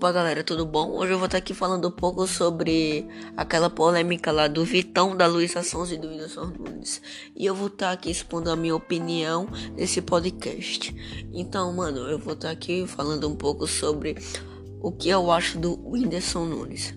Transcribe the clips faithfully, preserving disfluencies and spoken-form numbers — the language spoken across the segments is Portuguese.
Opa galera, tudo bom? Hoje eu vou estar aqui falando um pouco sobre aquela polêmica lá do Vitão, da Luísa Sonza e do Whindersson Nunes. E eu vou estar aqui expondo a minha opinião nesse podcast. Então, mano, eu vou estar aqui falando um pouco sobre o que eu acho do Whindersson Nunes.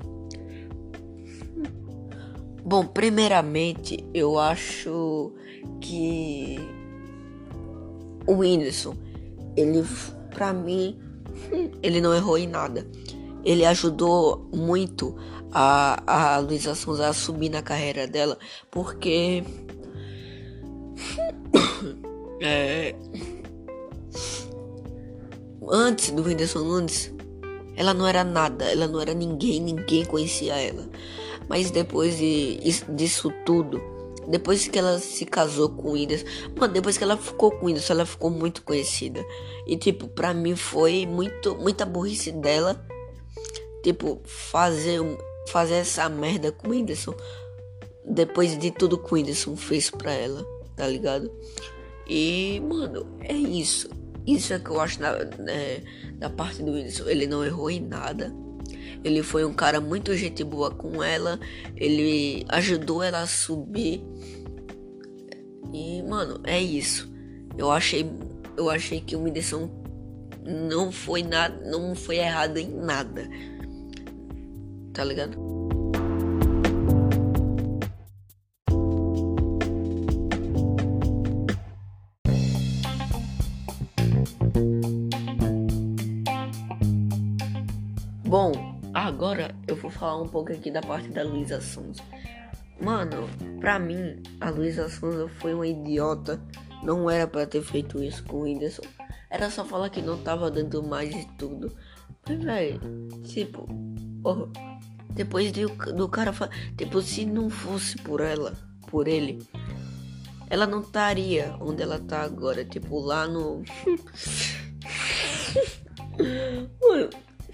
Bom, primeiramente, eu acho que o Whindersson, ele, pra mim, ele não errou em nada. Ele ajudou muito a, a Luísa Sonza a subir na carreira dela, porque é, antes do Whindersson Nunes, ela não era nada, ela não era ninguém, ninguém conhecia ela. Mas depois de, disso tudo, depois que ela se casou com o Whindersson, mano, depois que ela ficou com o Whindersson, ela ficou muito conhecida. E tipo, pra mim foi muito, muita burrice dela, tipo, fazer, fazer essa merda com o Whindersson, depois de tudo que o Whindersson fez pra ela, tá ligado? E, mano, é isso. Isso é que eu acho da, é, da parte do Whindersson. Ele não errou em nada. Ele foi um cara muito gente boa com ela. Ele ajudou ela a subir. E, mano, é isso. Eu achei, eu achei que o Whindersson não foi nada, não foi errado em nada. Tá ligado? Bom, agora eu vou falar um pouco aqui da parte da Luísa Sonza. Mano, pra mim, a Luísa Sonza foi uma idiota. Não era pra ter feito isso com o Whindersson. Era só falar que não tava dando mais e tudo. Mas, velho, tipo, oh, depois de, do cara falar, tipo, se não fosse por ela, por ele, ela não estaria onde ela tá agora. Tipo, lá no... Mano...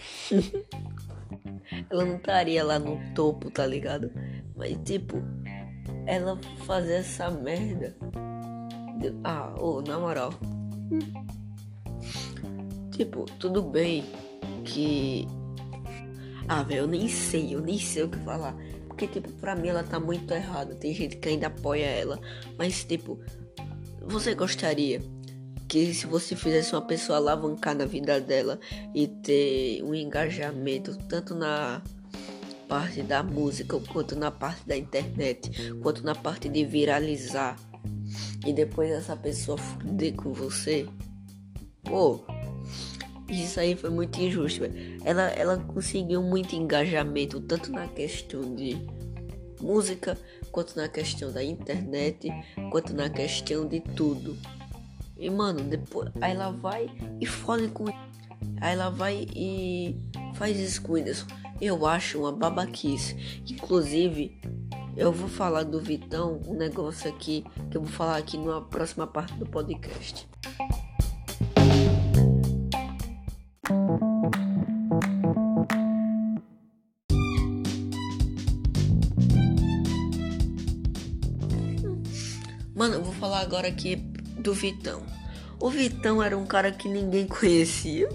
Ela não estaria lá no topo, tá ligado? Mas tipo, ela fazer essa merda. Ah, ô, oh, na moral. Tipo, tudo bem que... Ah, velho, eu nem sei, eu nem sei o que falar. Porque tipo, pra mim ela tá muito errada. Tem gente que ainda apoia ela. Mas tipo, você gostaria que se você fizesse uma pessoa alavancar na vida dela e ter um engajamento tanto na parte da música quanto na parte da internet, quanto na parte de viralizar, e depois essa pessoa fuder com você, pô, isso aí foi muito injusto, velho. Ela, ela conseguiu muito engajamento tanto na questão de música, quanto na questão da internet, quanto na questão de tudo. E mano, depois aí ela vai e fode com ele. Aí ela vai e faz isso com o Whindersson. Eu acho uma babaquice. Inclusive, eu vou falar do Vitão, um negócio aqui que eu vou falar aqui numa próxima parte do podcast. Mano, eu vou falar agora aqui do Vitão. O Vitão era um cara que ninguém conhecia.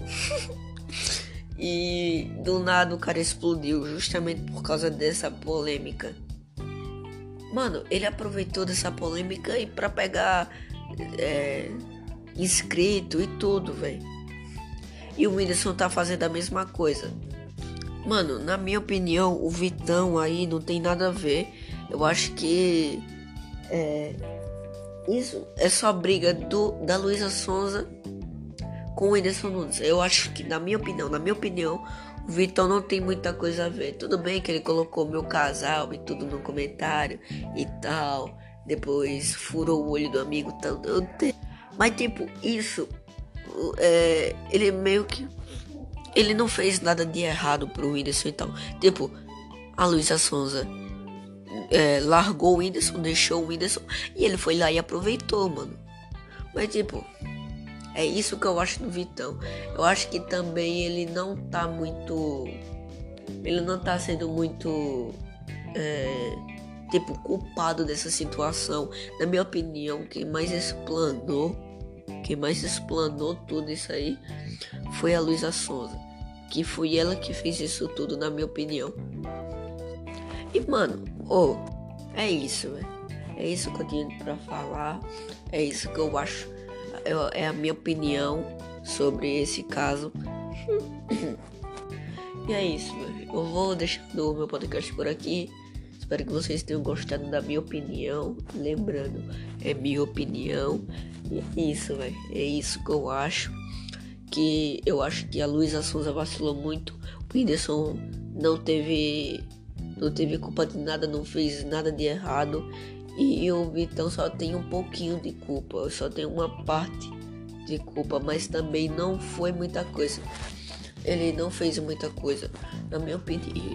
E do nada o cara explodiu justamente por causa dessa polêmica. Mano, ele aproveitou dessa polêmica e pra pegar é, inscrito e tudo, velho. E o Whindersson tá fazendo a mesma coisa. Mano, na minha opinião, o Vitão aí não tem nada a ver. Eu acho que é, isso é só briga do, da Luísa Sonza com o Whindersson Nunes. Eu acho que, na minha opinião, na minha opinião, o Vitão não tem muita coisa a ver. Tudo bem que ele colocou meu casal e tudo no comentário e tal. Depois furou o olho do amigo. Tal, mas tipo, isso é, ele meio que... Ele não fez nada de errado pro Whindersson e tal. Tipo, a Luísa Sonza É, largou o Whindersson, deixou o Whindersson e ele foi lá e aproveitou, mano. Mas tipo, é isso que eu acho do Vitão. Eu acho que também ele não tá muito... Ele não tá sendo muito é, tipo, culpado dessa situação. Na minha opinião, quem mais explanou Quem mais explanou tudo isso aí foi a Luísa Sonza. que foi ela que fez isso tudo, na minha opinião. E mano, oh, é isso, velho. É isso que eu tinha pra falar. É isso que eu acho. É a minha opinião sobre esse caso. E é isso, velho. Eu vou deixando o meu podcast por aqui. Espero que vocês tenham gostado da minha opinião. Lembrando, é minha opinião. E é isso, velho. É isso que eu acho. Que eu acho que a Luísa Sonza vacilou muito. O Whindersson não teve não teve culpa de nada, não fez nada de errado. E o Vitão só tem um pouquinho de culpa, só tem uma parte de culpa, mas também não foi muita coisa. Ele não fez muita coisa, na minha opinião.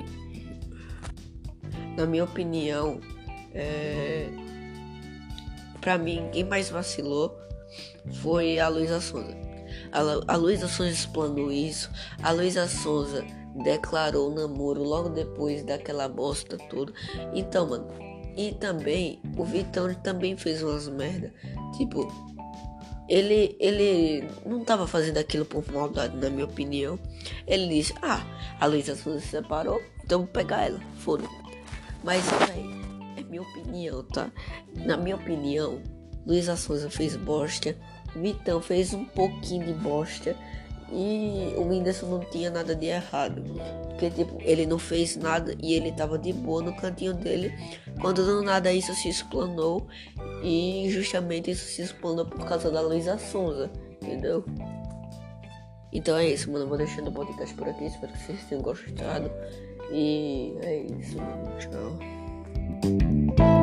Na minha opinião, é... pra mim, quem mais vacilou foi a Luísa Sonza. A, a Luísa Sonza explanou isso. A Luísa Sonza declarou o namoro logo depois daquela bosta toda. Então, mano, e também o Vitão também fez umas merda. Tipo, ele ele não tava fazendo aquilo por maldade, na minha opinião. Ele disse: ah, a Luísa Sonza se separou, então vou pegar ela, foda. Mas, véi, é minha opinião, tá? Na minha opinião, Luísa Sonza fez bosta, Vitão fez um pouquinho de bosta e o Whindersson não tinha nada de errado. Porque, tipo, ele não fez nada e ele tava de boa no cantinho dele. Quando do nada isso se explanou. E justamente isso se explanou por causa da Luísa Sonza, entendeu? Então é isso, mano. Eu vou deixando o podcast por aqui. Espero que vocês tenham gostado. E é isso, mano. Tchau.